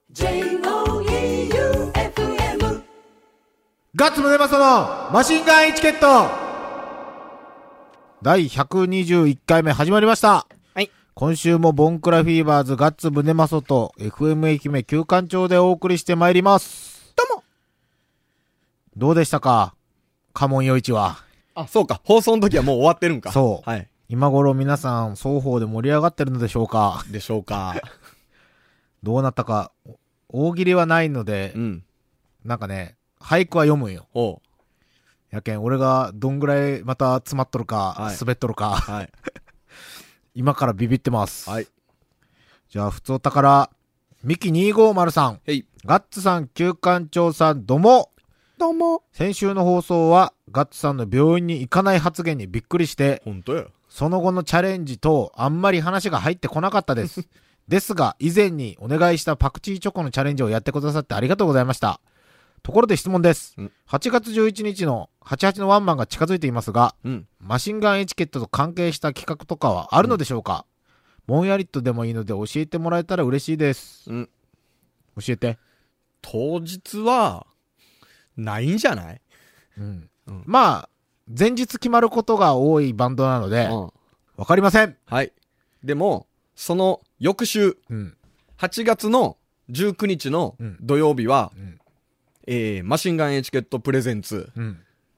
J-O-E-U-F-M ガッツムネマソのマシンガンエチケット第121回目始まりました。 はい。 今週もボンクラフィーバーズガッツムネマソと FM 愛媛旧館長でお送りしてまいります。 どうも。 どうでしたかカモン陽一は。 あ、そうか。放送の時はもう終わってるんか。 そう。 はい。 今頃皆さん双方で盛り上がってるのでしょうか。 でしょうか。 どうなったか。大喜利はないので、 うん。 なんかね、俳句は読むんよ。 おう。 やけん、俺がどんぐらいまた詰まっとるか、 はい滑っとるか、 はい。 今からビビってます。 はい。 じゃあ、ふつおたから、ミキ250さん、 へい。 ガッツさん、旧館長さん、どうも。 どうも。 先週の放送は、ガッツさんの病院に行かない発言にびっくりして、 ほんとや。 その後のチャレンジと、あんまり話が入ってこなかったです。ですが、以前にお願いしたパクチーチョコのチャレンジをやってくださってありがとうございました。ところで質問です。8月11日の88のワンマンが近づいていますが、 うん。 マシンガンエチケットと関係した企画とかはあるのでしょうか、ぼんやりとでもいいので教えてもらえたら嬉しいです。 うん。 教えて。 当日は、ないんじゃない？ うん。 うん。 まあ、前日決まることが多いバンドなので、 うん。 わかりません。 はい。でも、その翌週、 うん。 8月の19日のうん土曜日は、 うん。 マシンガンエチケットプレゼンツ、 うん。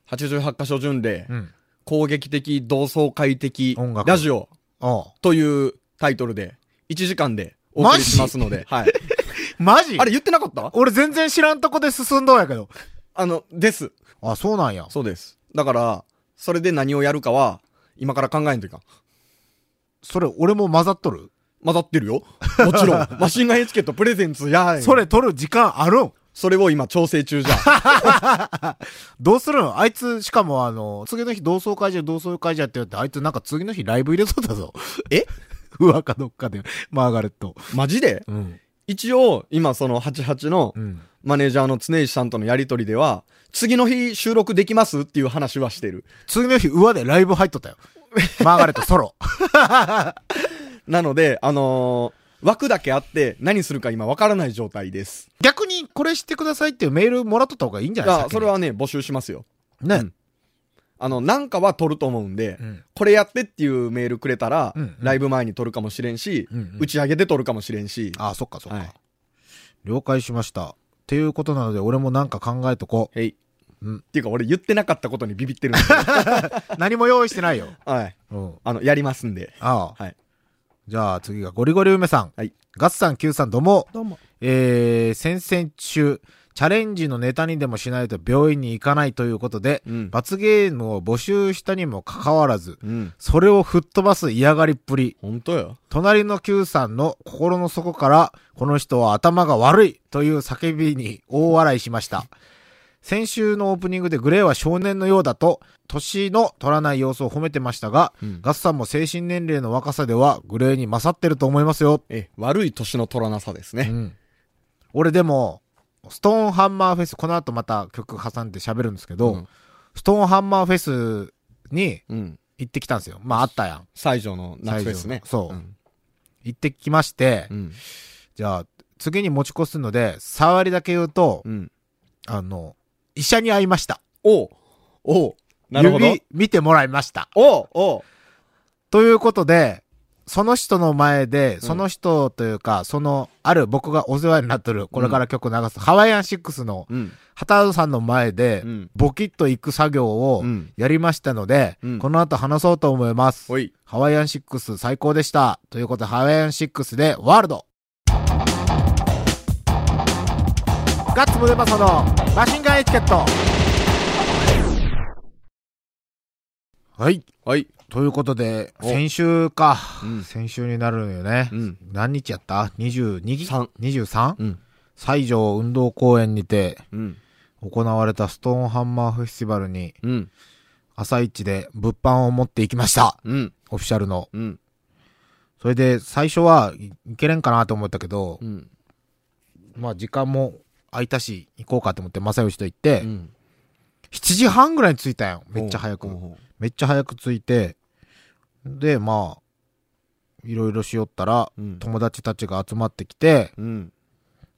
88カ所巡礼、 うん。 攻撃的同窓会的音楽ラジオおう。 というタイトルで、1時間でお送りしますので、はい。 マジあれ言ってなかった？ 俺全然知らんとこで進んどんやけど。 です。 あ、そうなんや。 そうです。だから、それで何をやるかは、今から考えんといかん。 それ、俺も混ざっとる？ 混ざってるよ。もちろん。マシンガンエチケットプレゼンツや。 それ取る時間あるん？ それを今調整中じゃ。 どうするん？あいつ、しかも次の日同窓会じゃって言って、あいつなんか次の日ライブ入れそうだぞ。 えうわかどっかで、マーガレット。 マジで？ うん。 一応、今その88のうん。 マネージャーの常石さんとのやりとりでは、次の日収録できますっていう話はしてる。 次の日、上でライブ入っとったよ。マーガレットソロ。 なので、枠だけあって何するか今わからない状態です。 逆にこれしてくださいっていうメールもらっとった方がいいんじゃないですか？ それはね、募集しますよ。 ね。 なんかは撮ると思うんで、 うん。 これやってっていうメールくれたら、 うんうんライブ前に撮るかもしれんし、 うんうん打ち上げで撮るかもしれんし。 あ、そっかそっか。 はい了解しました。っていうことなので、俺もなんか考えとこへい。 うんっていうか俺言ってなかったことにビビってるんですよ。 う。何も用意してないよ。 はい。 うん。 やりますんで。 ああ。 はい。 じゃあ次がゴリゴリ梅さん。 はい。 ガッツさん、キューさん、どうも。 どうも。 先々週、チャレンジのネタにでもしないと病院に行かないということで、 うん。 罰ゲームを募集したにもかかわらず、 うん。 それを吹っ飛ばす嫌がりっぷり。 ほんとよ。 隣の Q さんの心の底から、この人は頭が悪いという叫びに大笑いしました。先週のオープニングでグレーは少年のようだと、年の取らない様子を褒めてましたが、 うん。 ガッツさんも精神年齢の若さではグレーに勝ってると思いますよ。 悪い年の取らなさですね。 うん。俺でも、ストーンハンマーフェス、この後また曲挟んで喋るんですけど、 うんストーンハンマーフェスにうん。 行ってきたんですよ。まああったやん。 西条の夏フェスね。 そううん。 行ってきまして、 うん。 じゃあ、次に持ち越すので、触りだけ言うと、 うん。 医者に会いました。 おう。なるほど。 指見てもらいました。 おう。 ということで、その人の前で、その人というか、ある僕がお世話になってる、これから曲流す、ハワイアン6の、 うん。 畑さんの前でう、ん。 ボキッと行く作業をうん。 やりましたので、 うんこの後話そうと思います。 ほい。 ハワイアン6最高でした。ということで、ハワイアン6でワールド。ガッツムデパソのマシンガンエチケット。はい。 はい。 ということで、 お先週か。 うん先週になるのよね。 うん。 何日やった ?22 3。 23? うん。 西条運動公園にてうん。 行われたストーンハンマーフェスティバルにうん。 朝一で物販を持っていきました。 うん。 オフィシャルの。 うん。 それで最初はいけれんかなと思ったけど、 うん。 まあ時間も空いたし行こうかと思って正義と行って、 うん。 7時半ぐらいに着いたよ。めっちゃ早く。 おうめっちゃ早く着いて、で、まあ、いろいろしよったら、 うん。 友達たちが集まってきて、 うん。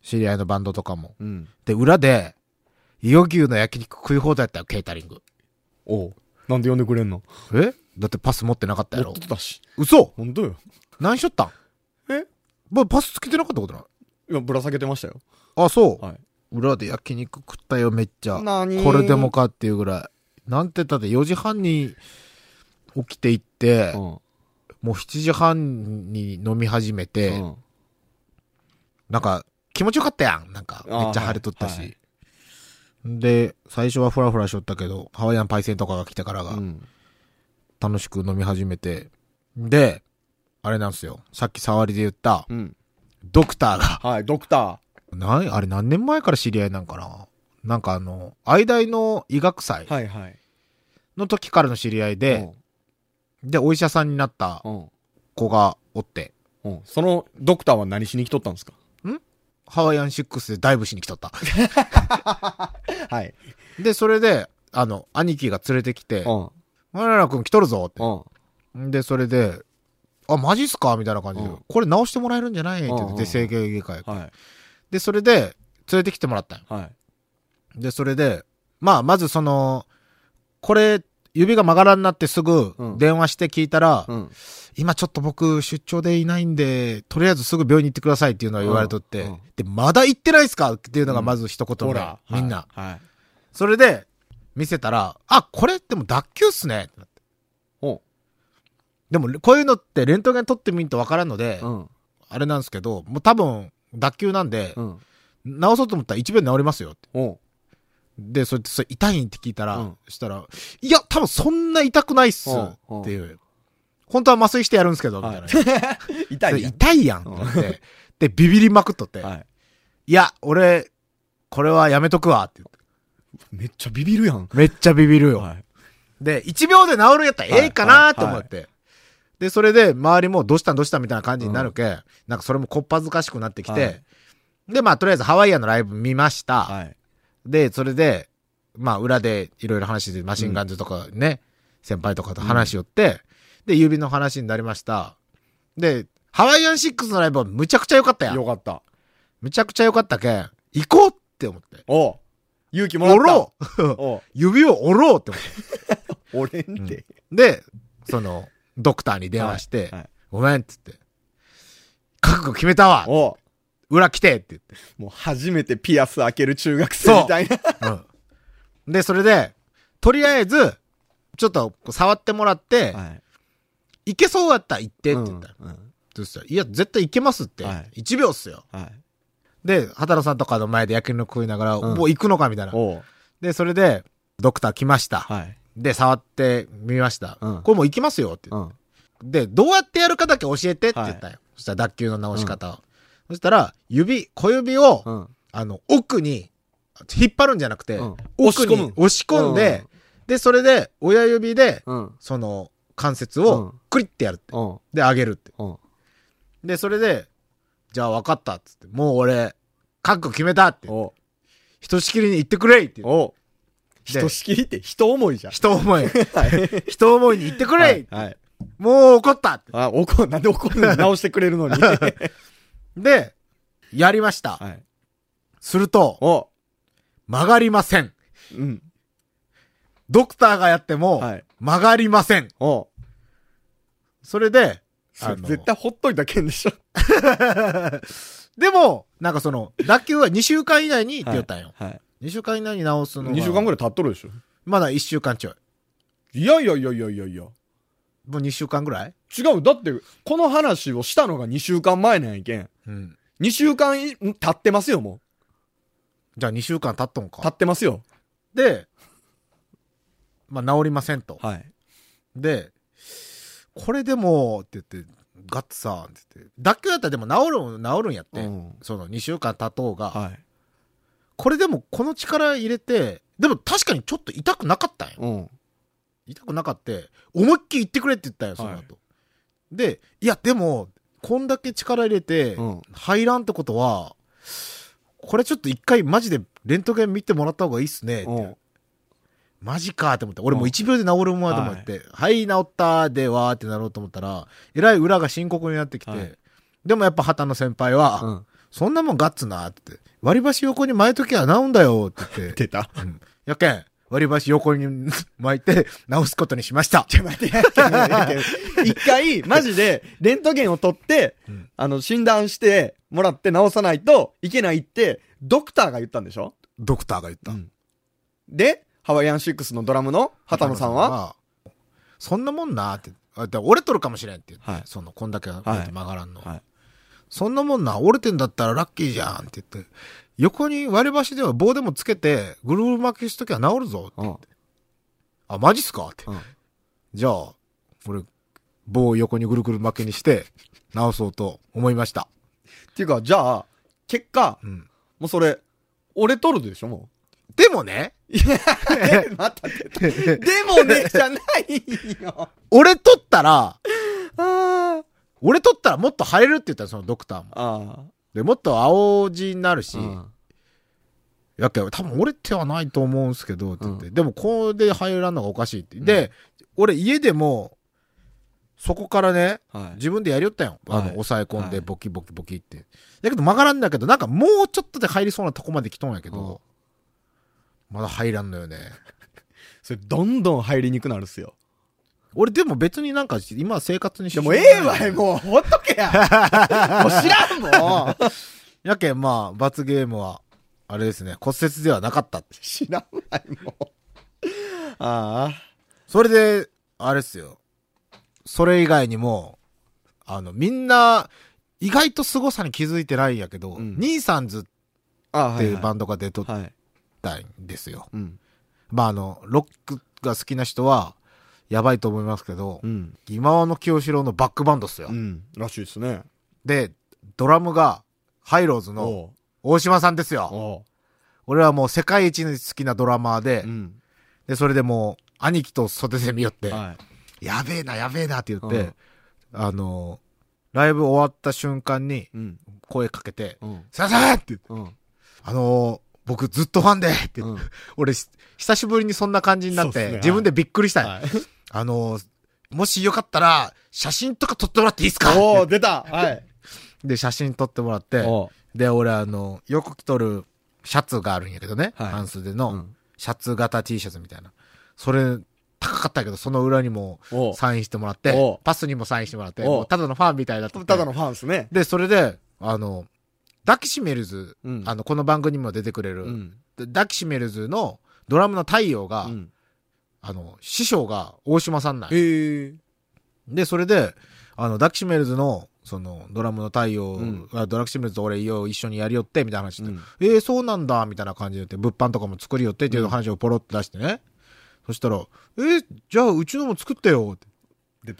知り合いのバンドとかも。 うん。 で、裏で、伊予牛の焼肉食い放題やったよ、ケータリング。 おう。なんで呼んでくれんの？ だってパス持ってなかったやろ持っ。てたし。 嘘ほんとよ。 何しとったん？パスつけてなかったことない？ いや、ぶら下げてましたよ。 あ、そう。 はい。 裏で焼肉食ったよ、めっちゃ。 なに？ これでもかっていうぐらい。なんて言ったって4時半に起きて行って、 うん。 もう7時半に飲み始めて、 うん。 なんか気持ちよかったやん。なんかめっちゃ晴れとったし。 はいはいで、最初はフラフラしとったけど、ハワイアンパイセンとかが来てからがうん。 楽しく飲み始めて、で、あれなんですよ。さっき触りで言った、 うん。 ドクターが、 はい、ドクタあれ何年前から知り合いなんかな。なんか愛大の医学祭ー。はいはい。 の時からの知り合いで、で、お医者さんになったうん。うん。 子がおって、 うん。そのドクターは何しに来とったんですか？ ハワイアン6でダイブしに来とった。 はい。 で、それで、兄貴が連れてきて、 うん。 マララ君来とるぞって。 うん。 で、それで、あ、マジっすかみたいな感じで、 うんこれ直してもらえるんじゃないって言って、 うんで、整形外科やはい。 で、それで、連れてきてもらったんよ。 はい。 で、それで、まずこれ、指が曲がらんなってすぐうん電話して聞いたら、 うん。 今ちょっと僕出張でいないんで、とりあえずすぐ病院に行ってくださいっていうのを言われとって、 うんうんで、まだ行ってないっすかっていうのがまず一言目、 ほら。 みんな。 はい。 それで、見せたら、あ、これでも脱臼っすね。 おでも、こういうのってレントゲン撮ってみんとわからんので、 うん。 あれなんですけど、もう多分、脱臼なんで、 うん。 治そうと思ったら1秒で治りますよって。 おで、それ痛いんって聞いたら、 うんしたら、いや、多分そんな痛くないっすうんっていう。本当は麻酔してやるんですけど、みたいな。 痛いやん。 痛いやんって言って。で、ビビりまくっとって。 はい。 いや、俺、これはやめとくわって言って。 めっちゃビビるやん。 めっちゃビビるよ。 はい。 で、1秒で治るんやったらええかなって思って。で、それで、周りもどうしたんみたいな感じになるけ、なんかそれもこっぱずかしくなってきて、 はいで、とりあえずハワイアンのライブ見ました。 はい。 で、それで、裏でいろいろ話して、マシンガンズとかね、先輩とかと話しよって、で、指の話になりました。で、ハワイアン6のライブはむちゃくちゃ良かったやん。 よかった。 むちゃくちゃ良かったけん、行こうって思って。 おう勇気もらった。 折ろうおう指を折ろうって思って。 俺んて。 で、ドクターに電話して、 はい。 ごめんっつって。覚悟決めたわおう裏来てって言って。 もう初めてピアス開ける中学生みたいな。 うん。で、それで、とりあえず、ちょっと触ってもらって、 い。 いけそうやったら行ってって言ったら。 うん。 そしたらいや、絶対いけますって。 はい 1秒っすよ。 はい。 で、畑野さんとかの前で焼き肉食いながら、 うんもう行くのかみたいな。 おうで、それで、ドクター来ました。 はい。 で、触ってみました。 うんこれもう行きますよって言って。 うん。 で、どうやってやるかだけ教えてって言ったよ。そしたら脱臼の直し方を。そしたら、小指を、 うん。 奥に、引っ張るんじゃなくて、 うん奥に押し込んで、で、それで、親指で、 うん。 関節をうん、 クリッてやるって。 うん。 で、上げるって。 うん。 で、それで、じゃあ分かったっつって、もう俺、覚悟決めたって。 おうひとしきりに言ってくれって言って。 おうでひとしきりって人思いじゃん。 人思い、 はい。 人思いに言ってくれ、 はい。はい。 もう怒ったって。 あ、なんで怒るの直してくれるのに。 で、やりました。 はい。 すると、 お曲がりません。 うん。 ドクターがやっても、 はい。 曲がりません。 おそれで、 絶対ほっといた件でしょ。 でも、なんか脱臼は2週間以内にって言ったんよ。 はい。 2週間以内に治すのが。 2週間ぐらい経っとるでしょ。 まだ1週間ちょい。 いやいやいやいやいやいや。 もう2週間ぐらい違う。だって、この話をしたのが2週間前なんやけん。 うん。 2週間経ってますよ、もじゃあ2週間経っとんう。経か。 ってますよ。 で、治りませんと。 はい。 で、これでも、って言って、ガッツさんって言って、脱臼やったらでも治るんやって。 うん 2週間経とうが。 はい。 これでもこの力入れて、でも確かにちょっと痛くなかったんよ。 うん。 痛くなかった。思いっきり言ってくれって言ったんよ、その後。 はいで、いや、でも、こんだけ力入れて、 うん入らんってことは、これちょっと一回マジでレントゲン見てもらった方がいいっすねって。 うん。 マジかって思って、俺もう1秒で治るもんやと思って、はい、治ったでわーってなろうと思ったら、えらい裏が深刻になってきて、 はいでもやっぱ畑の先輩は、 うん。 そんなもんガッツなって。割り箸横に巻いときゃ治んだよって言って。 出た。 やけん、割り箸横に巻いて直すことにしました。 ちょ、待って、一回、マジで、レントゲンを取って、診断してもらって直さないといけないって、ドクターが言ったんでしょ？ ドクターが言った。 で、ハワイアンシックスのドラムの畑野さんはそんなもんなって。折れとるかもしれんって言って。 はい、 こんだけ曲がらんの。 はい、 そんなもんな、折れてんだったらラッキーじゃんって言って。横に割り箸では棒でもつけて、ぐるぐる巻きしときゃ治るぞって言って。あ、マジっすかって。じゃあ、俺、棒を横にぐるぐる巻きにして、直そうと思いました。 っていうか、じゃあ、結果、もうそれ、折れとるでしょ、もう。でもね。 いや、待って。でもね、じゃないよ。 折れとったら、もっと腫れるって言ったら、そのドクターも。で、もっと青字になるし、やけ多分折れてはないと思うんすけど、って言って。でも、これで入らんのがおかしいって。で、俺家でも、そこからね、自分でやりよったよ。押さえ込んで、ボキボキボキって。だけど曲がらんだけど、なんかもうちょっとで入りそうなとこまで来とんやけど、まだ入らんのよね。 それ、どんどん入りにくくなるっすよ。 俺でも別になんか今生活にしてもうわい、もうほっとけや。もう知らんもん。 やけんまあ、罰ゲームは、あれですね、骨折ではなかったって。 知らんわい、もう。ああ。 それで、あれっすよ。それ以外にも、みんな、意外と凄さに気づいてないんやけど、ニーサンズっていうバンドが出とったんですよ。まあロックが好きな人は、やばいと思いますけど、今和の清志郎のバックバンドっすよ。 らしいですね。 で、ドラムが、ハイローズの大島さんですよ。俺はもう世界一好きなドラマーで、で、それでもう、兄貴と袖で見よって、やべえなって言って、ライブ終わった瞬間に、声かけて、すいませんって言って、僕ずっとファンでって言って、俺、久しぶりにそんな感じになって、自分でびっくりしたい。もしよかったら、写真とか撮ってもらっていいですか？ 出た。はい。 で、写真撮ってもらって、で、俺よく着とるシャツがあるんやけどね、半袖の、シャツ型 T シャツみたいな。それ、高かったけど、その裏にもサインしてもらって、パスにもサインしてもらって、ただのファンみたいだった。 ただのファンですね。 で、それで、ダキシメルズ、この番組にも出てくれる、ダキシメルズのドラムの太陽が、師匠が大島さんなんで、それで、ダキシメルズの、ドラムの太陽、ドラキシメルズと俺一緒にやりよって、みたいな話して、そうなんだ、みたいな感じで言って、物販とかも作りよってっていう話をポロって出してね。そしたら、じゃあうちのも作ってよって。出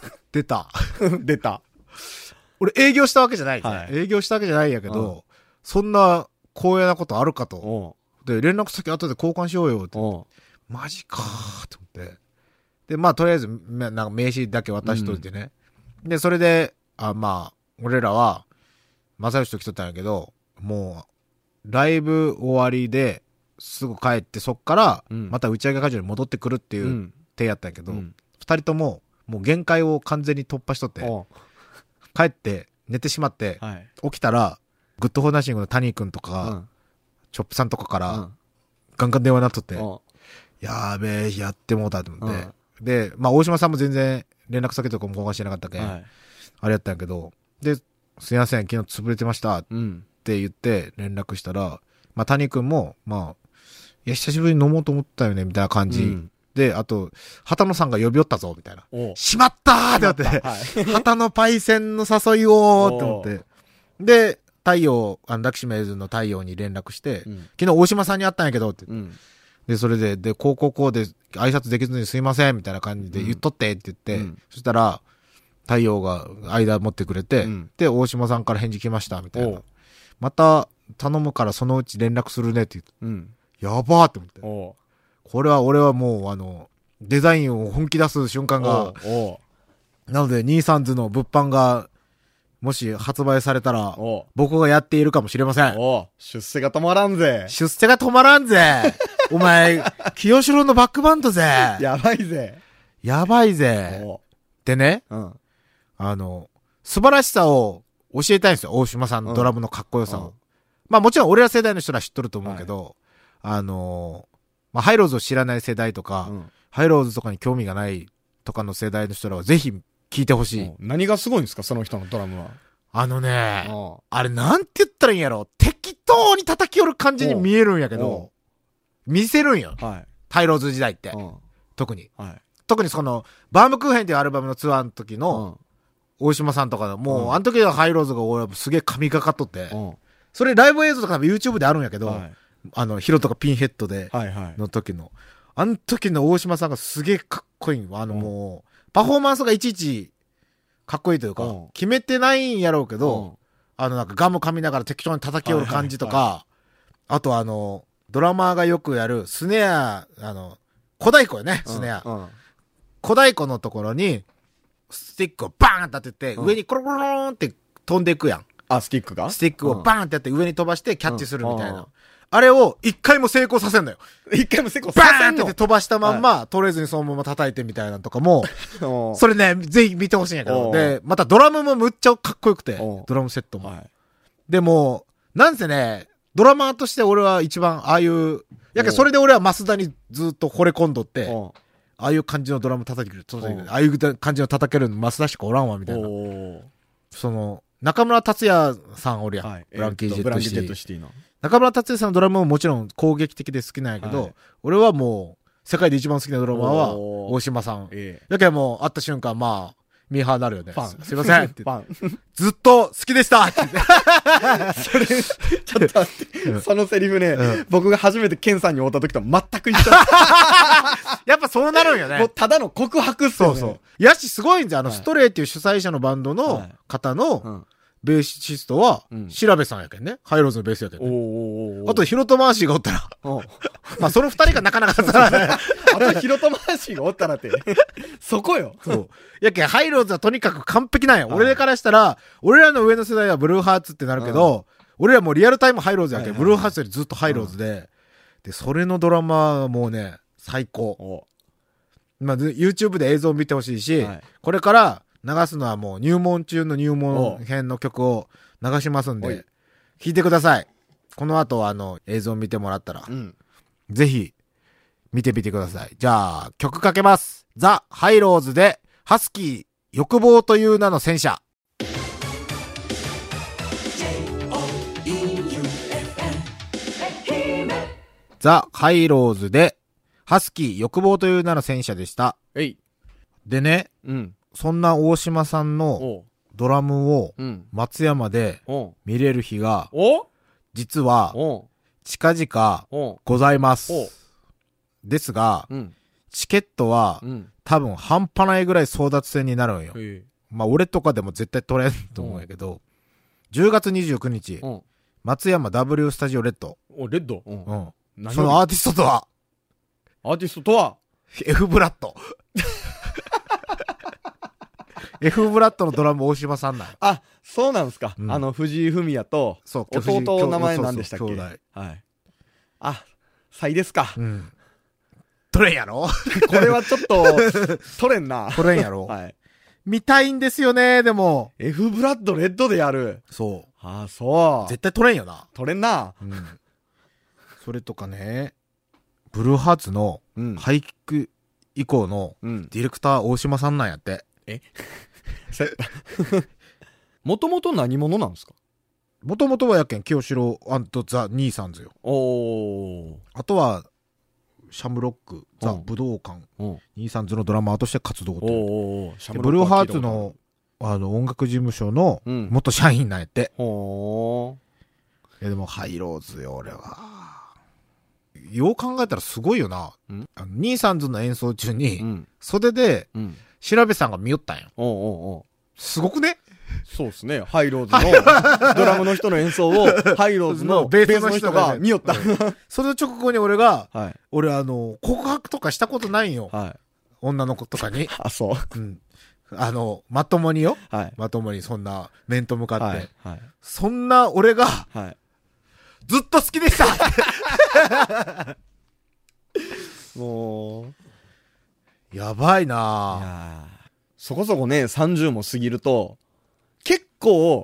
た。俺営業したわけじゃない、営業したわけじゃないんやけど、そんな光栄なことあるかと。で、連絡先後で交換しようよって。マジかーって思って。で、まあとりあえず、なんか名刺だけ渡しといてね。で、それで、まあ、俺らは、正義と来とったんやけど、もう、ライブ終わりで、すぐ帰ってそっから、また打ち上げ会場に戻ってくるっていう手やったんやけど、二人とも、もう限界を完全に突破しとって、帰って寝てしまって、起きたら、グッドフォーナッシングの谷君とか、チョップさんとかから、ガンガン電話になっとって、やーべえ、やってもうたと思って。で、まあ大島さんも全然連絡先とかも交換してなかったけん、あれやったんやけど、で、すいません、昨日潰れてましたって言って連絡したら、まあ谷君も、まあ、いや、久しぶりに飲もうと思ったよね、みたいな感じ。で、あと、畑野さんが呼び寄ったぞ、みたいな。しまったーって思って、畑野パイセンの誘いをって思って。で、太陽、ダキシメルズの太陽に連絡して、昨日大島さんに会ったんやけどって。で、それで、こうで、挨拶できずにすいません、みたいな感じで言っとってって言って、そしたら、太陽が間持ってくれて、で、大島さんから返事来ました、みたいな。また、頼むからそのうち連絡するねって言って。やばーって思って。これは俺はもうデザインを本気出す瞬間が、なので、ニーサンズの物販が、もし発売されたら、僕がやっているかもしれません。 出世が止まらんぜ。 出世が止まらんぜ。お前、清志郎のバックバンドぜ。 やばいぜ。 やばいぜ。でね、素晴らしさを教えたいんですよ。大島さんのドラムのかっこよさを。 うんまあもちろん俺ら世代の人ら知っとると思うけど、まあハイローズを知らない世代とか、 うんハイローズとかに興味がないとかの世代の人らはぜひ聞いてほしい。 何がすごいんですか、その人のドラムは。 あれなんて言ったらいいんやろ、適当に叩き寄る感じに見えるんやけど、見せるんよ。 はい。 ハイローズ時代って。 うん特に。 はい。 特にその、バームクーヘンっていうアルバムのツアーの時の、大島さんとかもう、あの時はハイローズが俺はすげえ神がかっとって、それライブ映像とか YouTube であるんやけど、ヒロとかピンヘッドで、の時の、あの時の大島さんがすげえかっこいい。もう、パフォーマンスがいちいちかっこいいというか、決めてないんやろうけど、なんかガム噛みながら適当に叩き寄る感じとか、あとドラマーがよくやるスネア、小太鼓よね、スネア。小太鼓のところに、スティックをバーンって当てて、上にコロコロローンって飛んでいくやん。 あ、スティックがスティックをバーンってやって上に飛ばしてキャッチするみたいな。あれを一回も成功させんのよ。 一回も成功バさせんのーンって飛ばしたまんま、取れずにそのまま叩いてみたいなのとかも、それね、ぜひ見てほしいんやけど。で、またドラムもむっちゃかっこよくて、ドラムセットも。でも、なんせね、ドラマーとして俺は一番ああいう、やけそれで俺は増田にずっと惚れ込んどって、ああいう感じのドラム叩ける、ああいう感じの叩ける増田しかおらんわ、みたいな。その、中村達也さんおるやん。ブランキー・ジェットシティの。中村達也さんのドラムももちろん攻撃的で好きなんやけど、俺はもう、世界で一番好きなドラマーは、大島さん。やけもう、会った瞬間、まあ、ミーハーなるよね。すいませんって。ずっと好きでしたって言って。 それ、ちょっと待って。そのセリフね、僕が初めてケンさんに会った時と全く一緒。 やっぱそうなるんよね。 もうただの告白っすよね。 そうそう。やし、すごいんじゃん。ストレイっていう主催者のバンドの方の、ベーシストは、調べさんやけんね。ハイローズのベースやけんね。あと、ヒロトマーシーがおったら。まあ、その二人がなかなかさ、 あと、ヒロトマーシーがおったらって。そこよ。 そう。やけん、ハイローズはとにかく完璧なんよ。俺からしたら、俺らの上の世代はブルーハーツってなるけど、俺らもうリアルタイムハイローズやけん、ブルーハーツよりずっとハイローズで、で、それのドラマはもうね、最高。まあ、YouTube で映像を見てほしいし、これから、流すのはもう入門中の入門編の曲を流しますんで、聴いてください。この後映像見てもらったら、ぜひ見てみてください。じゃあ曲かけます。ザ・ハイローズでハスキー欲望という名の戦車。ザ・ハイローズでハスキー欲望という名の戦車でした。でね、そんな大島さんのドラムを松山で見れる日が、実は近々ございます。ですが、チケットは多分半端ないぐらい争奪戦になるんよ。まあ俺とかでも絶対取れんと思うんやけど、10月29日、松山 W スタジオレッド。 レッドそのアーティストとは F ブラッド。F ブラッドのドラム大島さんなん。 あ、そうなんすか。藤井フミヤと、弟の名前何でしたっけ？ 兄弟。 はい。あ、才ですか。 取れんやろ？ これはちょっと、取れんな。 取れんやろ？ はい。 見たいんですよね、でも。 F ブラッドレッドでやる。 そう。 あ、そう。 絶対取れんよな。 取れんな。 それとかね、ブルーハーツの、ハイキック以降の、ディレクター大島さんなんやって。 もともと何者なんですか？ もともとはやけん、清志郎ザ・ニーサンズよ。あとは、シャムロック、ザ・武道館、ニーサンズのドラマーとして活動と。ブルーハーツの、音楽事務所の、元社員なんやって。でも、ハイローズよ、俺は。よう考えたらすごいよな。ニーサンズの演奏中に、袖で、調べさんが見よったんよ。すごくね？ そうですね。ハイローズのドラムの人の演奏を、ハイローズのベースの人が見よった。 その直後に俺が、俺告白とかしたことないんよ。女の子とかに。 あ、そう。 まともによ。まともにそんな面と向かって。そんな俺が、ずっと好きでしたもう、 やばいなぁ。 そこそこね、30も過ぎると、結構、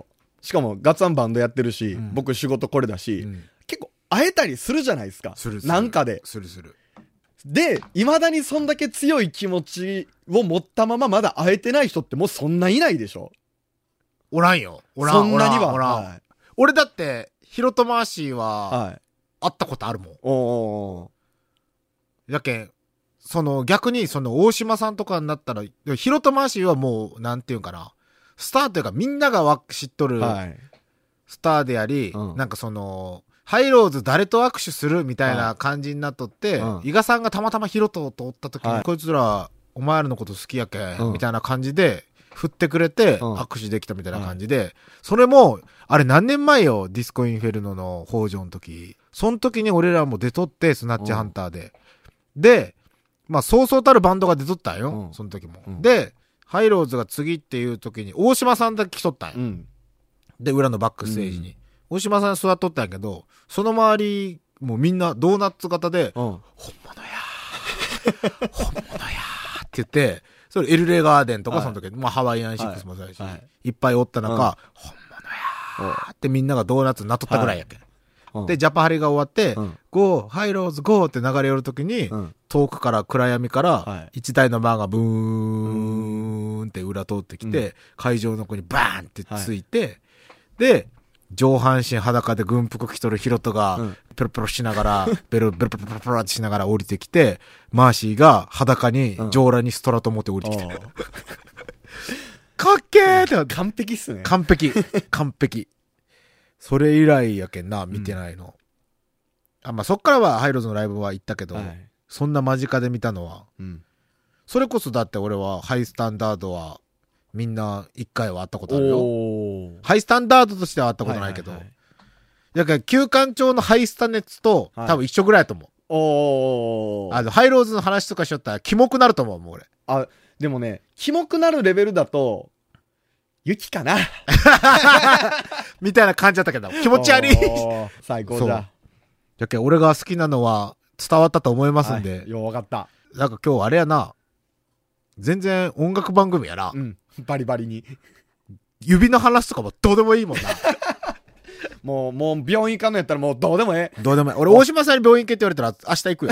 しかもガッツァンバンドやってるし、 うん僕仕事これだし、 うん結構会えたりするじゃないですか。 するなんかで。 するする。 で、未だにそんだけ強い気持ちを持ったまままだ会えてない人ってもうそんないないでしょ。 おらんよ。おらん。 そんなには。 おらん。 はい。 俺だって、ヒロトマーシーは、 はい。 会ったことあるもん。 おー。 やけん、逆に大島さんとかになったら、ヒロトマーシーはもう、なんていうんかな。スターというかみんなが知っとるはい。 スターであり、 うんなんかハイローズ誰と握手するみたいな感じになっとって、 うん伊賀さんがたまたまヒロトとおった時に、 はいこいつら、お前らのこと好きやけ、 うんみたいな感じで、振ってくれて、 うん握手できたみたいな感じで、それも、あれ何年前よ、ディスコインフェルノの北条の時。その時に俺らも出とって、スナッチハンターで。で、まあ、そうそうたるバンドが出とったんよ、 うんその時も。 うんで、ハイローズが次っていう時に、大島さんだけ来とったんよ。 うん。 で、裏のバックステージに。大島さん座っとったんやけど、その周り、もうみんなドーナツ型で、 うん。 本物やー本物やーって言って、それエルレガーデンとかはいその時、まあハワイアンシックスもそうやし、 はいはいいっぱいおった中、 うん本物やーってみんながドーナツになっとったぐらいやけん。 うんで、ジャパハリが終わって、 うんゴー、ハイローズゴーって流れ寄るときに、 うん遠くから暗闇からは、 一台のバーがブーンって裏通ってきて、 う会場の子にバーンってついて、で、上半身裸で軍服着とるヒロトがうん、 ペロペロしながら、ベロペロペロってしながら降りてきて、マーシーが裸にうん上裸にストラト持って降りてきて、 おーかっけーってなって完璧っすね。 完璧。完璧。それ以来やけんな、見てないの。まあ、そっからはハイローズのライブは行ったけど、 はい。 そんな間近で見たのは、 うん。 それこそだって俺はハイスタンダードは、みんな一回は会ったことあるよ。 おー。 ハイスタンダードとしては会ったことないけど。 はいはいはいだから、旧館長のハイスタ熱と、 はい多分一緒ぐらいだと思う。 おー。 ハイローズの話とかしよったら、キモくなると思う、もう俺。 あ、でもね、キモくなるレベルだと、雪かな。 みたいな感じだったけど、気持ち悪い。 おー最高じゃ。 だけど俺が好きなのは伝わったと思いますんで、 はいようわかった。 なんか今日あれやな、全然音楽番組やな。 うん。バリバリに。 指の話とかもどうでもいいもんな。 もう病院行かんのやったらもうどうでもええ。 どうでもいい。俺、大島さんに病院行けって言われたら明日行くよ。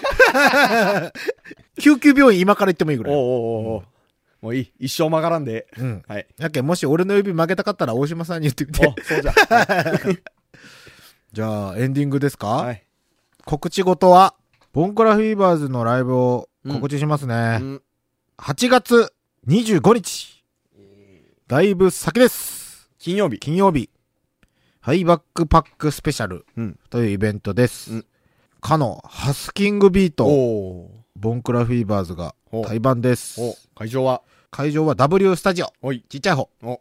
救急病院今から行ってもいいぐらい。 おうおうおうおうもういい。一生曲がらんで。 うん。 はい。 やけん、もし俺の指曲げたかったら大島さんに言ってみて。 お、そうじゃ。 じゃあ、エンディングですか、 はい。 告知事は、ボンクラフィーバーズのライブを告知しますね。 うん 8月25日。だいぶ先です。 金曜日。 金曜日。ハイバックパックスペシャルうん。 というイベントです。 うんかのハスキングビート、 おー。 ボンクラフィーバーズがお対バンです。 お、会場は会場は W スタジオ。 おい。 ちっちゃい方。 お、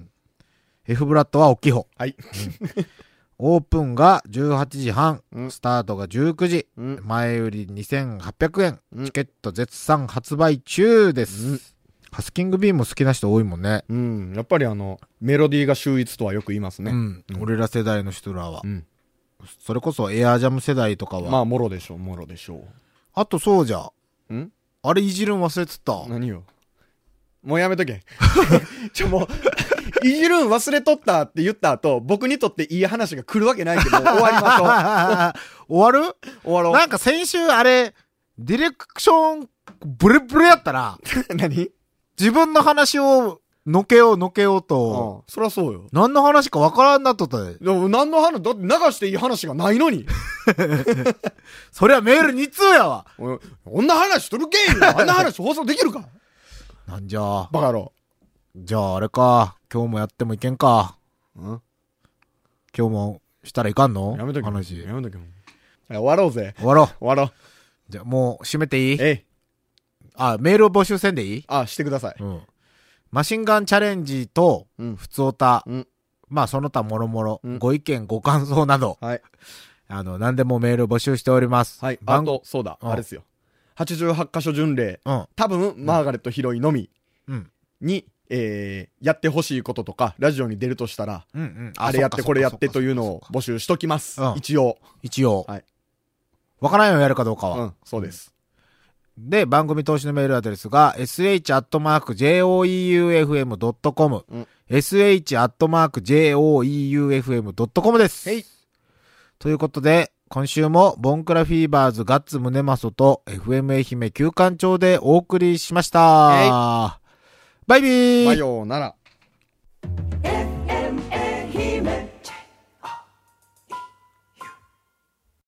F ブラッドは大きい方。 はい。 オープンが18時半。 うんスタートが19時。 うん。 前売り2800円。 うんチケット絶賛発売中です。 うんハスキングビーも好きな人多いもんね。 うん。やっぱりメロディーが秀逸とはよく言いますね。 うん。俺ら世代の人らは。 うん。 それこそエアジャム世代とかは。 まあ、もろでしょう、もろでしょあとそうじゃ。 う。んあれいじるん忘れてた。 何よ。もうやめとけ。もう、いじるん忘れとったって言った後、僕にとっていい話が来るわけないけど、終わりましょう。 終わる終わろなんか先週あれ、ディレクション、ブレブレやったら、 う。何自分の話をのけようと、 そりゃそうよ。 何の話かわからんなっとったで。 でも何の話、だって流していい話がないのに。 そりゃメール2通やわ。 こんな話しとるけんよ。あんな話放送できるか。 なんじゃあ。 バカ野郎。 じゃああれか。今日もやってもいけんか。 うん今日もしたらいかんのやめとけ。 話。 やめとけ。終わろうぜ。 終わろう。 終わろう。 じゃあもう閉めていいえい。 メールを募集せんでいいしてください。 うん。マシンガンチャレンジと、 うん。 ふつおた、 うん。 まあその他もろもろ、 うんご意見ご感想など、 はい。 何でもメールを募集しております。 はい。 番あと、そうだ。 うんあれですよ。88箇所巡礼。 うん。 多分、マーガレットヒロイのみうん。 に、やってほしいこととか、ラジオに出るとしたら、 うんうん。 あれやってこれやってというのをそっかそっかそっか募集しときますうん。 一応。 一応。 はい。 わからんよやるかどうかは。 うん、そうです。 で、番組投資のメールアドレスが sh.joeufm.com、 うん、 sh.joeufm.com です。 へい。 ということで、今週もボンクラフィーバーズガッツムネマソと FM 愛媛旧館長でお送りしました。バイビー。 バイオーなら。